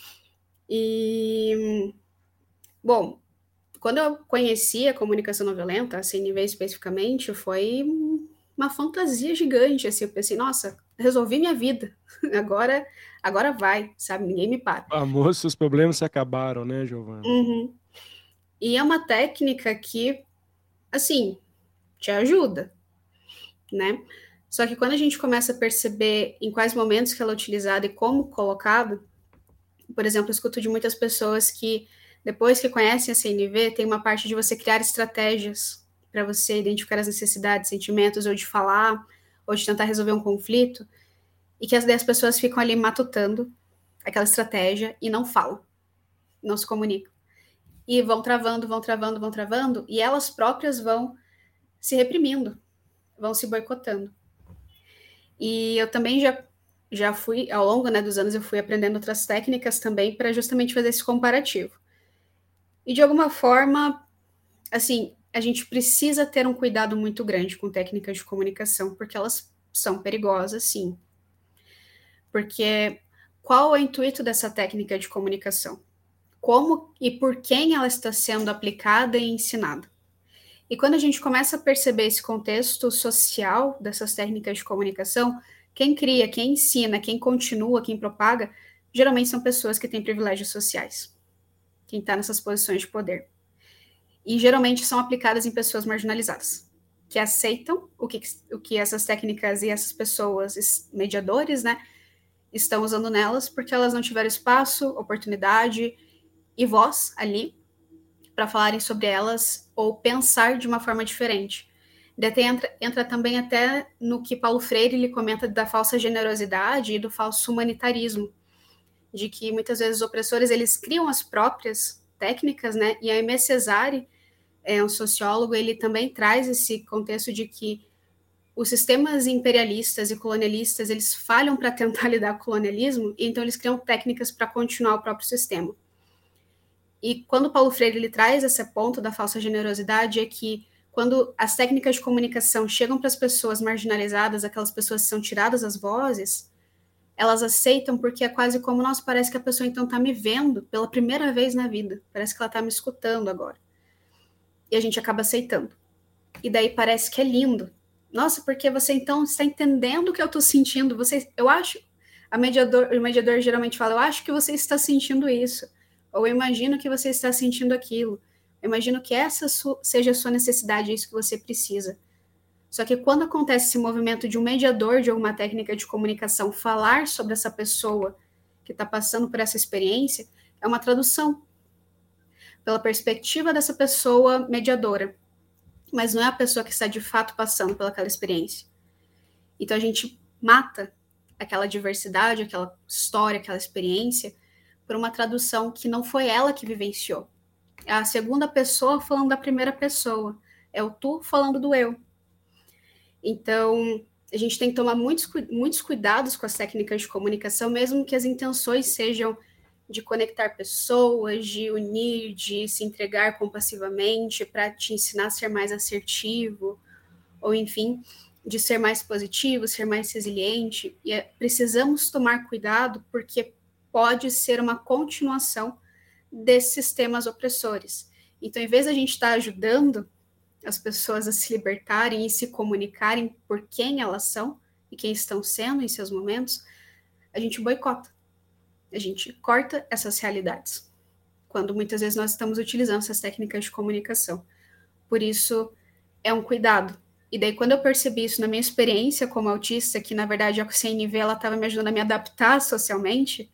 E, bom, quando eu conheci a comunicação não violenta, a C N V especificamente, foi uma fantasia gigante, assim, eu pensei, nossa, resolvi minha vida, agora, agora vai, sabe, ninguém me para. Famoso, seus problemas se acabaram, né, Giovana? Uhum. E é uma técnica que, assim, te ajuda, né? Só que quando a gente começa a perceber em quais momentos que ela é utilizada e como colocado, por exemplo, eu escuto de muitas pessoas que depois que conhecem a C N V, tem uma parte de você criar estratégias para você identificar as necessidades, sentimentos, ou de falar, ou de tentar resolver um conflito, e que as dez pessoas ficam ali matutando aquela estratégia e não falam, não se comunicam. e vão travando, vão travando, vão travando, e elas próprias vão se reprimindo, vão se boicotando. E eu também já, já fui, ao longo, né, dos anos, eu fui aprendendo outras técnicas também para justamente fazer esse comparativo. E de alguma forma, assim, a gente precisa ter um cuidado muito grande com técnicas de comunicação, porque elas são perigosas, sim. Porque qual é o intuito dessa técnica de comunicação? Como e por quem ela está sendo aplicada e ensinada? E quando a gente começa a perceber esse contexto social dessas técnicas de comunicação, quem cria, quem ensina, quem continua, quem propaga, geralmente são pessoas que têm privilégios sociais, quem está nessas posições de poder. E geralmente são aplicadas em pessoas marginalizadas, que aceitam o que, o que essas técnicas e essas pessoas, mediadores, né, estão usando nelas, porque elas não tiveram espaço, oportunidade e voz ali para falarem sobre elas ou pensar de uma forma diferente. Daí entra, entra também até no que Paulo Freire ele comenta da falsa generosidade e do falso humanitarismo, de que muitas vezes os opressores eles criam as próprias técnicas, né? E a Aimé Césaire, é um sociólogo, ele também traz esse contexto de que os sistemas imperialistas e colonialistas eles falham para tentar lidar com o colonialismo, e então eles criam técnicas para continuar o próprio sistema. E quando Paulo Freire ele traz esse ponto da falsa generosidade é que quando as técnicas de comunicação chegam para as pessoas marginalizadas, aquelas pessoas que são tiradas as vozes, elas aceitam porque é quase como, nossa, parece que a pessoa então está me vendo pela primeira vez na vida, parece que ela está me escutando agora. E a gente acaba aceitando. E daí parece que é lindo. Nossa, porque você então está entendendo o que eu estou sentindo. Você, eu acho, a mediador, o mediador geralmente fala, eu acho que você está sentindo isso. Ou eu imagino que você está sentindo aquilo. Eu imagino que essa seja a sua necessidade, é isso que você precisa. Só que quando acontece esse movimento de um mediador de alguma técnica de comunicação falar sobre essa pessoa que está passando por essa experiência, é uma tradução pela perspectiva dessa pessoa mediadora. Mas não é a pessoa que está de fato passando pelaquela experiência. Então a gente mata aquela diversidade, aquela história, aquela experiência, por uma tradução que não foi ela que vivenciou. É a segunda pessoa falando da primeira pessoa. É o tu falando do eu. Então, a gente tem que tomar muitos, muitos cuidados com as técnicas de comunicação, mesmo que as intenções sejam de conectar pessoas, de unir, de se entregar compassivamente para te ensinar a ser mais assertivo, ou enfim, de ser mais positivo, ser mais resiliente. E é, precisamos tomar cuidado porque pode ser uma continuação desses sistemas opressores. Então, em vez de a gente estar ajudando as pessoas a se libertarem e se comunicarem por quem elas são e quem estão sendo em seus momentos, a gente boicota. A gente corta essas realidades, quando muitas vezes nós estamos utilizando essas técnicas de comunicação. Por isso, é um cuidado. E daí, quando eu percebi isso na minha experiência como autista, que na verdade a C N V estava me ajudando a me adaptar socialmente,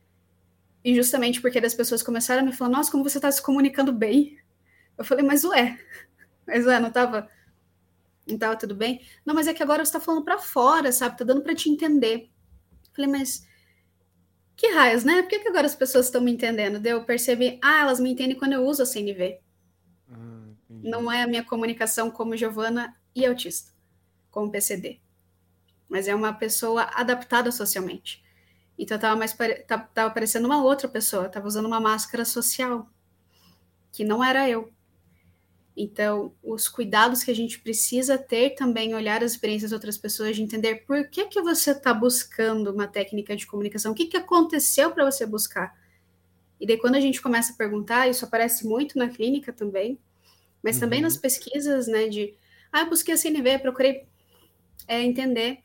e justamente porque as pessoas começaram a me falar, nossa, como você está se comunicando bem. Eu falei, mas ué, mas ué, não estava não tava tudo bem? Não, mas é que agora você está falando para fora, sabe? Tá dando para te entender. Eu falei, mas que raios, né? Por que, que agora as pessoas estão me entendendo? Daí eu percebi, ah, elas me entendem quando eu uso a C N V. Ah, não é a minha comunicação como Giovana e autista, como P C D. Mas é uma pessoa adaptada socialmente. Então, tava mais pare... tava parecendo uma outra pessoa, tava usando uma máscara social, que não era eu. Então, os cuidados que a gente precisa ter também, olhar as experiências de outras pessoas, de entender por que, que você está buscando uma técnica de comunicação, o que, que aconteceu para você buscar. E daí, quando a gente começa a perguntar, isso aparece muito na clínica também, mas uhum. também nas pesquisas, né, de, ah, eu busquei a C N V, procurei é, entender,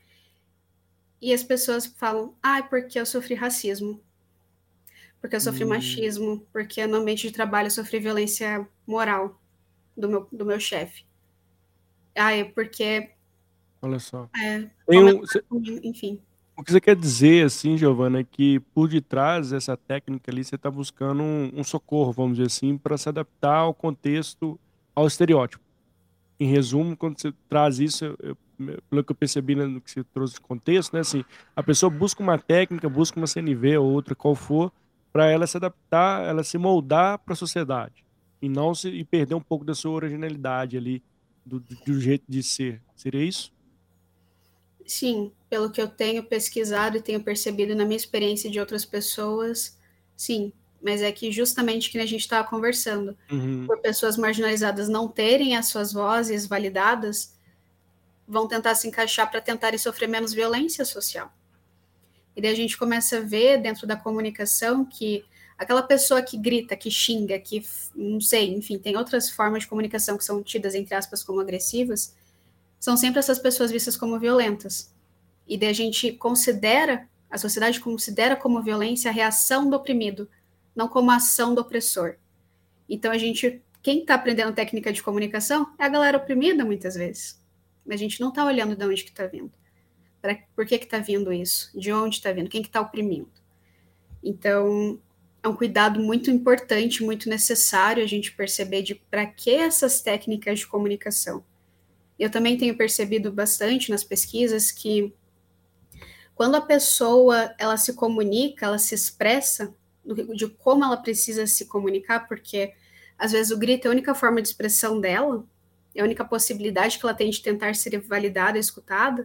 e as pessoas falam, ah, é porque eu sofri racismo, porque eu sofri hum. machismo, porque no ambiente de trabalho eu sofri violência moral do meu, do meu chefe. Ah, é porque... Olha só. É, Tem um, cê, enfim. O que você quer dizer, assim, Giovana, é que por detrás dessa técnica ali, você está buscando um, um socorro, vamos dizer assim, para se adaptar ao contexto, ao estereótipo. Em resumo, quando você traz isso, eu, eu, pelo que eu percebi né, no que você trouxe de contexto, né, assim, a pessoa busca uma técnica, busca uma C N V ou outra, qual for, para ela se adaptar, ela se moldar para a sociedade. e não se e perder um pouco da sua originalidade ali, do do do jeito de ser. Seria isso? Sim, pelo que eu tenho pesquisado e tenho percebido na minha experiência de outras pessoas, sim. Mas é que justamente que nem a gente estava conversando, Uhum. por pessoas marginalizadas não terem as suas vozes validadas, vão tentar se encaixar para tentarem sofrer menos violência social. E daí a gente começa a ver dentro da comunicação que aquela pessoa que grita, que xinga, que não sei, enfim, tem outras formas de comunicação que são tidas, entre aspas, como agressivas, são sempre essas pessoas vistas como violentas. E daí a gente considera, a sociedade considera como violência a reação do oprimido, não como a ação do opressor. Então a gente, quem está aprendendo técnica de comunicação é a galera oprimida muitas vezes. A gente não está olhando de onde que está vindo. Pra, por que está vindo isso? De onde está vindo? Quem que está oprimindo? Então, é um cuidado muito importante, muito necessário a gente perceber de para que essas técnicas de comunicação. Eu também tenho percebido bastante nas pesquisas que quando a pessoa ela se comunica, ela se expressa de como ela precisa se comunicar, porque às vezes o grito é a única forma de expressão dela, é a única possibilidade que ela tem de tentar ser validada, escutada,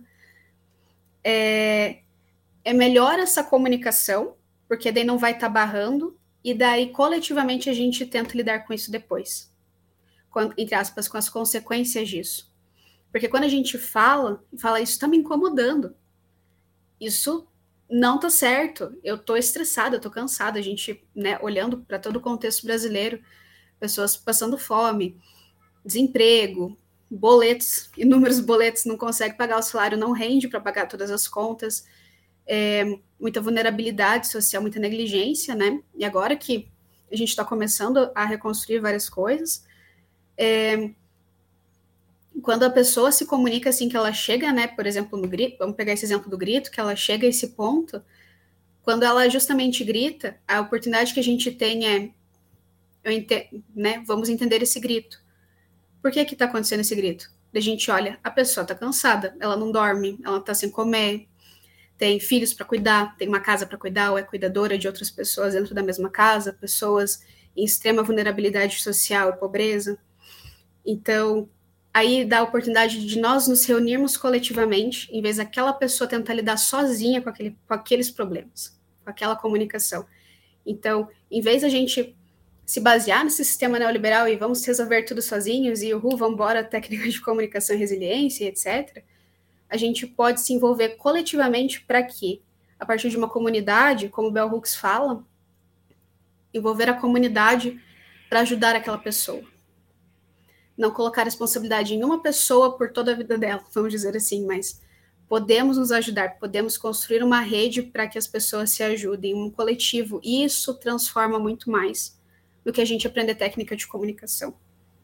é, é melhor essa comunicação, porque daí não vai estar tá barrando, e daí coletivamente a gente tenta lidar com isso depois, com, entre aspas, com as consequências disso. Porque quando a gente fala, fala, isso está me incomodando, isso não tá certo, eu tô estressada, eu tô cansada, a gente, né, olhando para todo o contexto brasileiro, pessoas passando fome, desemprego, boletos, inúmeros boletos, não consegue pagar o salário, não rende para pagar todas as contas, é, muita vulnerabilidade social, muita negligência, né? E agora que a gente está começando a reconstruir várias coisas, é, quando a pessoa se comunica assim, que ela chega, né, por exemplo, no grito, vamos pegar esse exemplo do grito, que ela chega a esse ponto, quando ela justamente grita, a oportunidade que a gente tem é, eu ente, né, vamos entender esse grito. Por que que tá acontecendo esse grito? A gente olha, a pessoa tá cansada, ela não dorme, ela tá sem comer, tem filhos para cuidar, tem uma casa para cuidar, ou é cuidadora de outras pessoas dentro da mesma casa, pessoas em extrema vulnerabilidade social e pobreza. Então, aí dá a oportunidade de nós nos reunirmos coletivamente, em vez daquela pessoa tentar lidar sozinha com, aquele, com aqueles problemas, com aquela comunicação. Então, em vez da gente se basear nesse sistema neoliberal e vamos resolver tudo sozinhos e uhul, vamos embora, técnicas de comunicação e resiliência, etcétera, a gente pode se envolver coletivamente para que, a partir de uma comunidade, como o Bell Hooks fala, envolver a comunidade para ajudar aquela pessoa. Não colocar responsabilidade em uma pessoa por toda a vida dela, vamos dizer assim, mas podemos nos ajudar, podemos construir uma rede para que as pessoas se ajudem, um coletivo, e isso transforma muito mais do que a gente aprender técnica de comunicação.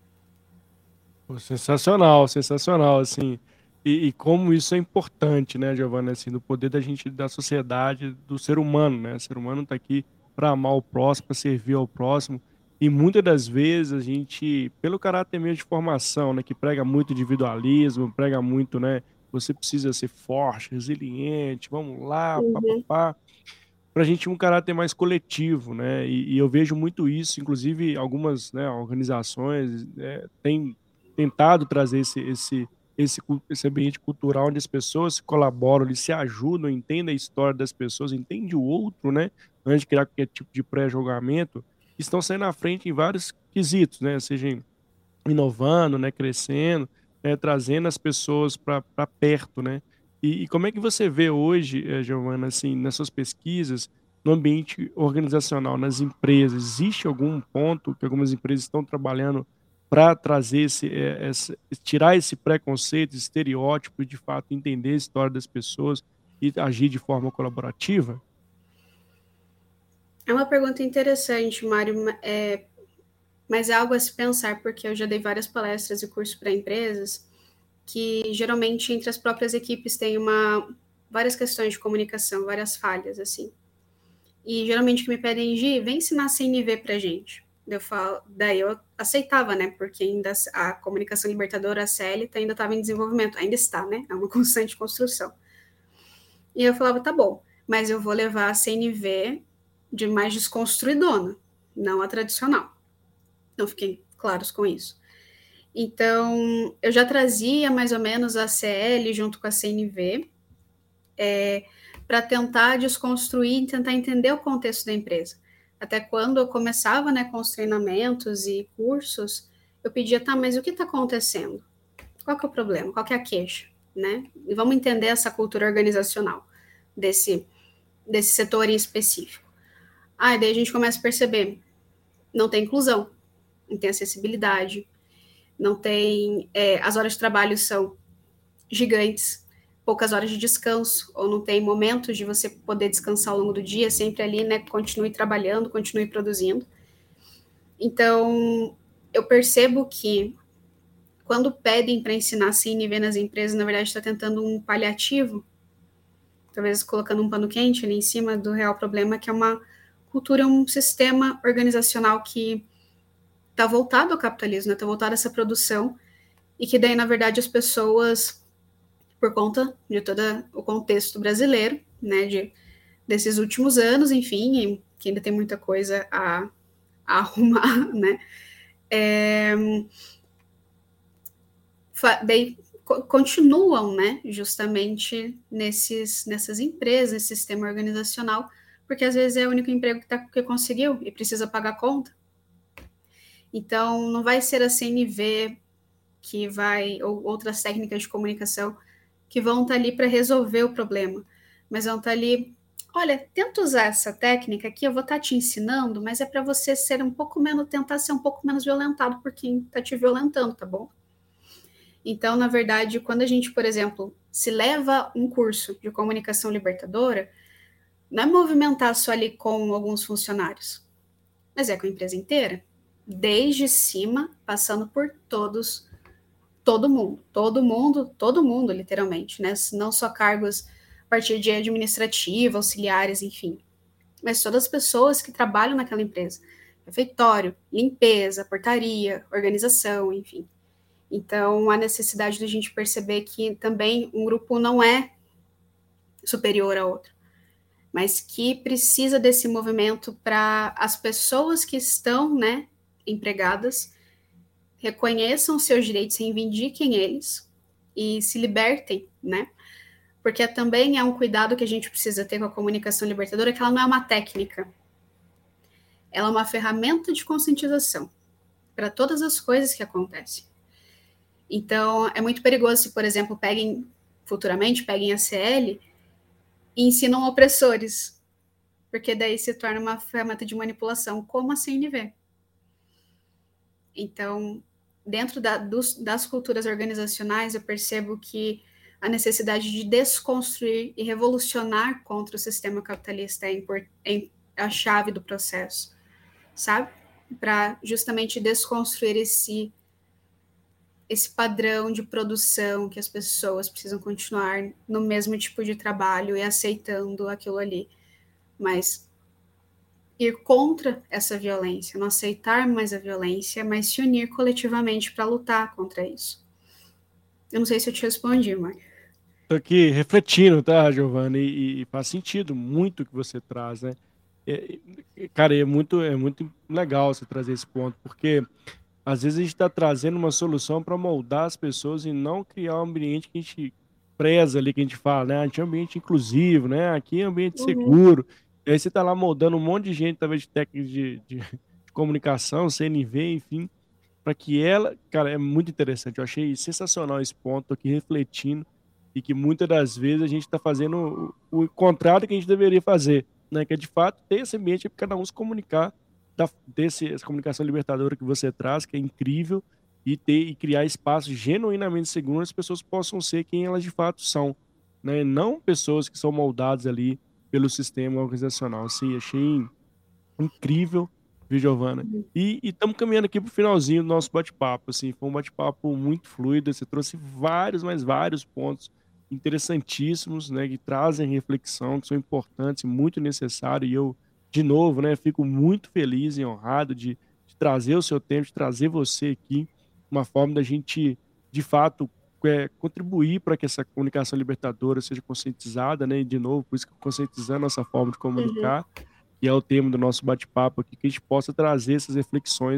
Pô, sensacional, sensacional, assim, e e como isso é importante, né, Giovana, assim, do poder da gente da sociedade, do ser humano, né, o ser humano tá aqui para amar o próximo, pra servir ao próximo, e muitas das vezes a gente, pelo caráter mesmo de formação, né, que prega muito individualismo, prega muito, né, você precisa ser forte, resiliente, vamos lá, Uhum. pá-pá-pá, pra gente um caráter mais coletivo, né, e e eu vejo muito isso, inclusive algumas, né, organizações, eh, têm tentado trazer esse esse esse cu esse ambiente cultural onde as pessoas se colaboram, eles se ajudam, entendem a história das pessoas, entende o outro, né, antes de criar qualquer tipo de pré-julgamento, estão saindo à frente em vários quesitos, né, seja em inovando, né, crescendo, eh, trazendo as pessoas para pra perto, né. E e como é que você vê hoje, eh, Giovana, assim, nas suas pesquisas, no ambiente organizacional, nas empresas, existe algum ponto que algumas empresas estão trabalhando para trazer esse, eh, essa tirar esse preconceito, esse estereótipo e de fato entender a história das pessoas e agir de forma colaborativa? É uma pergunta interessante, Mário, é, mas é algo a se pensar, porque eu já dei várias palestras e cursos para empresas que geralmente entre as próprias equipes tem uma, várias questões de comunicação, várias falhas, assim. E geralmente que me pedem, Gi, vem ensinar C N V pra gente. Eu falo, daí eu aceitava, né? Porque ainda a comunicação libertadora, a C L T, ainda estava em desenvolvimento, ainda está, né? É uma constante construção. E eu falava, tá bom, mas eu vou levar a C N V de mais desconstruidona, não a tradicional. Não fiquem claros com isso. Então, eu já trazia mais ou menos a C L junto com a C N V, é, para tentar desconstruir e tentar entender o contexto da empresa. Até quando eu começava, né, com os treinamentos e cursos, eu pedia, tá, mas o que está acontecendo? Qual que é o problema? Qual que é a queixa? Né? E vamos entender essa cultura organizacional desse, desse setor em específico. Ah, e daí a gente começa a perceber, não tem inclusão, não tem acessibilidade, não tem, é, as horas de trabalho são gigantes, poucas horas de descanso, ou não tem momentos de você poder descansar ao longo do dia, sempre ali, né, continue trabalhando, continue produzindo. Então, eu percebo que quando pedem para ensinar C N V nas empresas, na verdade está tentando um paliativo, talvez colocando um pano quente ali em cima do real problema, que é uma cultura, um sistema organizacional que está voltado ao capitalismo, está né, voltado a essa produção, e que daí, na verdade, as pessoas, por conta de todo o contexto brasileiro, né, de, desses últimos anos, enfim, que ainda tem muita coisa a, a arrumar, né, é, daí continuam, né, justamente nesses, nessas empresas, nesse sistema organizacional, porque às vezes é o único emprego que, tá, que conseguiu e precisa pagar a conta. Então, não vai ser a C N V que vai, ou outras técnicas de comunicação, que vão estar ali para resolver o problema, mas vão estar ali, olha, tenta usar essa técnica aqui, eu vou estar te ensinando, mas é para você ser um pouco menos, tentar ser um pouco menos violentado por quem está te violentando, tá bom? Então, na verdade, quando a gente, por exemplo, se leva um curso de comunicação libertadora, não é movimentar só ali com alguns funcionários, mas é com a empresa inteira, desde cima, passando por todos, todo mundo, todo mundo, todo mundo, literalmente, né? Não só cargos a partir de administrativa, auxiliares, enfim, mas todas as pessoas que trabalham naquela empresa, refeitório, limpeza, portaria, organização, enfim. Então, a necessidade de a gente perceber que também um grupo não é superior a outro, mas que precisa desse movimento para as pessoas que estão, né, empregadas, reconheçam seus direitos, reivindiquem eles e se libertem, né? Porque também é um cuidado que a gente precisa ter com a comunicação libertadora, que ela não é uma técnica, ela é uma ferramenta de conscientização para todas as coisas que acontecem. Então, é muito perigoso se, por exemplo, peguem, futuramente, peguem a C L e ensinam opressores, porque daí se torna uma ferramenta de manipulação, como a C N V. Então, dentro da, dos, das culturas organizacionais, eu percebo que a necessidade de desconstruir e revolucionar contra o sistema capitalista é, import, é a chave do processo, sabe? Para justamente desconstruir esse esse padrão de produção que as pessoas precisam continuar no mesmo tipo de trabalho e aceitando aquilo ali. Mas ir contra essa violência, não aceitar mais a violência, mas se unir coletivamente para lutar contra isso. Eu não sei se eu te respondi, Mário. Estou aqui refletindo, tá, Giovana? E, e faz sentido muito o que você traz, né? É, cara, é muito, é muito legal você trazer esse ponto, porque às vezes a gente está trazendo uma solução para moldar as pessoas e não criar um ambiente que a gente preza ali, que a gente fala, né? A gente é um ambiente inclusivo, né? Aqui é um ambiente Uhum. seguro. E aí você está lá moldando um monte de gente, talvez de técnicas de, de, de comunicação, C N V, enfim, para que ela, cara, é muito interessante. Eu achei sensacional esse ponto, tô aqui refletindo e que muitas das vezes a gente está fazendo o, o contrário que a gente deveria fazer, né? Que é de fato ter esse ambiente para cada um se comunicar, da, desse, essa comunicação libertadora que você traz, que é incrível, e ter e criar espaços genuinamente seguros, as pessoas possam ser quem elas de fato são, né? Não pessoas que são moldadas ali pelo sistema organizacional. Assim, achei incrível, viu, Giovana? E estamos caminhando aqui para o finalzinho do nosso bate-papo. Assim, foi um bate-papo muito fluido. Você trouxe vários, mais vários pontos interessantíssimos, né, que trazem reflexão, que são importantes, muito necessários. E eu, de novo, né, fico muito feliz e honrado de, de trazer o seu tempo, de trazer você aqui, uma forma da gente, de fato, é, contribuir para que essa comunicação libertadora seja conscientizada, né? E, de novo, por isso que conscientizando essa forma de Uhum. comunicar, que é o tema do nosso bate-papo aqui, que a gente possa trazer essas reflexões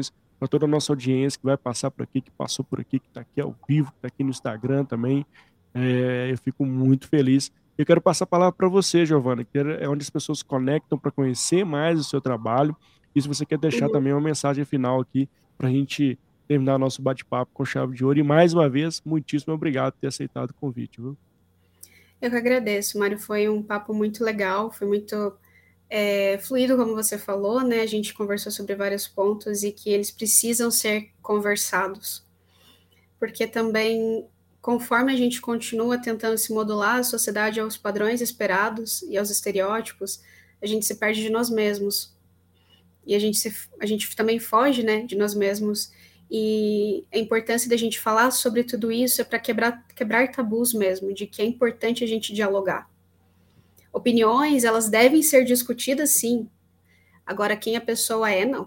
para toda a nossa audiência que vai passar por aqui, que passou por aqui, que está aqui ao vivo, que está aqui no Instagram também. É, eu fico muito feliz. Eu quero passar a palavra para você, Giovana, que é onde as pessoas se conectam para conhecer mais o seu trabalho. E se você quer deixar Uhum. também uma mensagem final aqui para a gente terminar nosso bate-papo com chave de ouro. E mais uma vez, muitíssimo obrigado por ter aceitado o convite, viu? Eu que agradeço, Mário. Foi um papo muito legal, foi muito é, fluido, como você falou, né? A gente conversou sobre vários pontos e que eles precisam ser conversados. Porque também, conforme a gente continua tentando se modular a sociedade aos padrões esperados e aos estereótipos, a gente se perde de nós mesmos. E a gente, se, a gente também foge, né, de nós mesmos. E a importância da gente falar sobre tudo isso é para quebrar, quebrar tabus mesmo, de que é importante a gente dialogar. Opiniões, elas devem ser discutidas, sim. Agora, quem a pessoa é, não.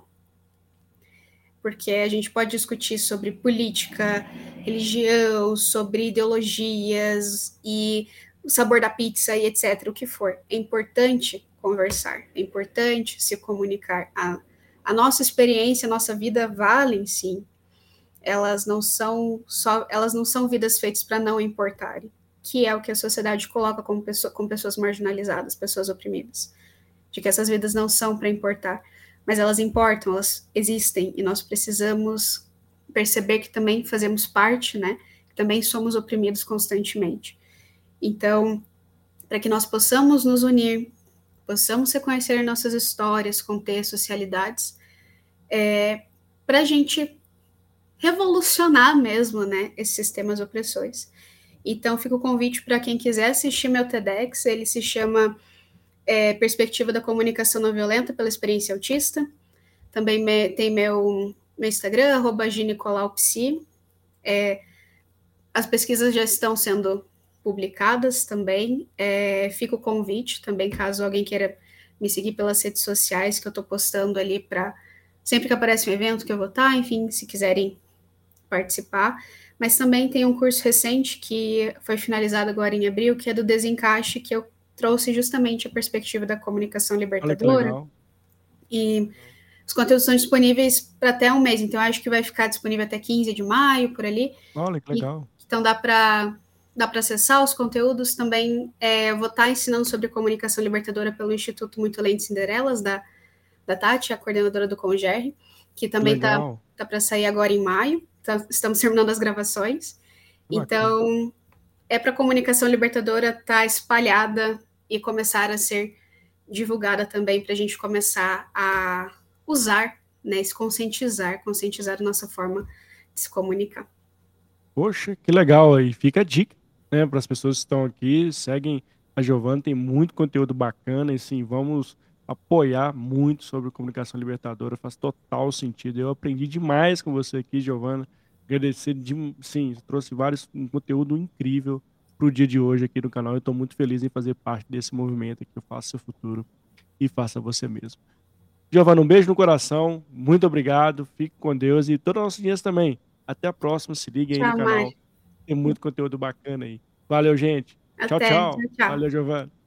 Porque a gente pode discutir sobre política, religião, sobre ideologias e o sabor da pizza e etcétera, o que for. É importante conversar, é importante se comunicar. A, a nossa experiência, a nossa vida valem, sim. Elas não são só, elas não são vidas feitas para não importarem, que é o que a sociedade coloca como, pessoa, como pessoas marginalizadas, pessoas oprimidas, de que essas vidas não são para importar, mas elas importam, elas existem e nós precisamos perceber que também fazemos parte, né? Que também somos oprimidos constantemente. Então, para que nós possamos nos unir, possamos reconhecer nossas histórias, contextos, realidades, é, para a gente revolucionar mesmo, né, esses sistemas opressores. Então, fica o convite para quem quiser assistir meu TEDx, ele se chama é, Perspectiva da Comunicação Não Violenta pela Experiência Autista. Também me, tem meu, meu Instagram, arroba ginecolaupsi. É, as pesquisas já estão sendo publicadas também. É, fica o convite também, caso alguém queira me seguir pelas redes sociais, que eu estou postando ali para sempre que aparece um evento que eu vou estar, enfim, se quiserem participar. Mas também tem um curso recente que foi finalizado agora em abril, que é do Desencaixe, que eu trouxe justamente a perspectiva da comunicação Olha que libertadora. legal. E os conteúdos são disponíveis para até um mês, então acho que vai ficar disponível até quinze de maio, por ali. Olha que legal. E, então dá para dá para acessar os conteúdos. Também é, eu vou estar ensinando sobre comunicação libertadora pelo Instituto Muito Além de Cinderelas, da, da Tati, a coordenadora do Congerre, que também está tá para sair agora em maio. Tá, estamos terminando as gravações. Então, é para a comunicação libertadora estar tá espalhada e começar a ser divulgada também, para a gente começar a usar, né, se conscientizar, conscientizar a nossa forma de se comunicar. Poxa, que legal aí. Fica a dica, né, para as pessoas que estão aqui, seguem a Giovana, tem muito conteúdo bacana e sim, vamos apoiar muito sobre comunicação libertadora, faz total sentido. Eu aprendi demais com você aqui, Giovana. Agradecer, de, sim, trouxe vários um conteúdo incrível para o dia de hoje aqui no canal. Eu estou muito feliz em fazer parte desse movimento aqui, eu faço seu futuro e faça você mesmo. Giovana, um beijo no coração, muito obrigado, fique com Deus e toda a nossa audiência também. Até a próxima, se liguem aí no Tchau, canal, Mari. tem muito conteúdo bacana aí. Valeu, gente. Tchau, Até. tchau. Tchau, tchau. Valeu, Giovana.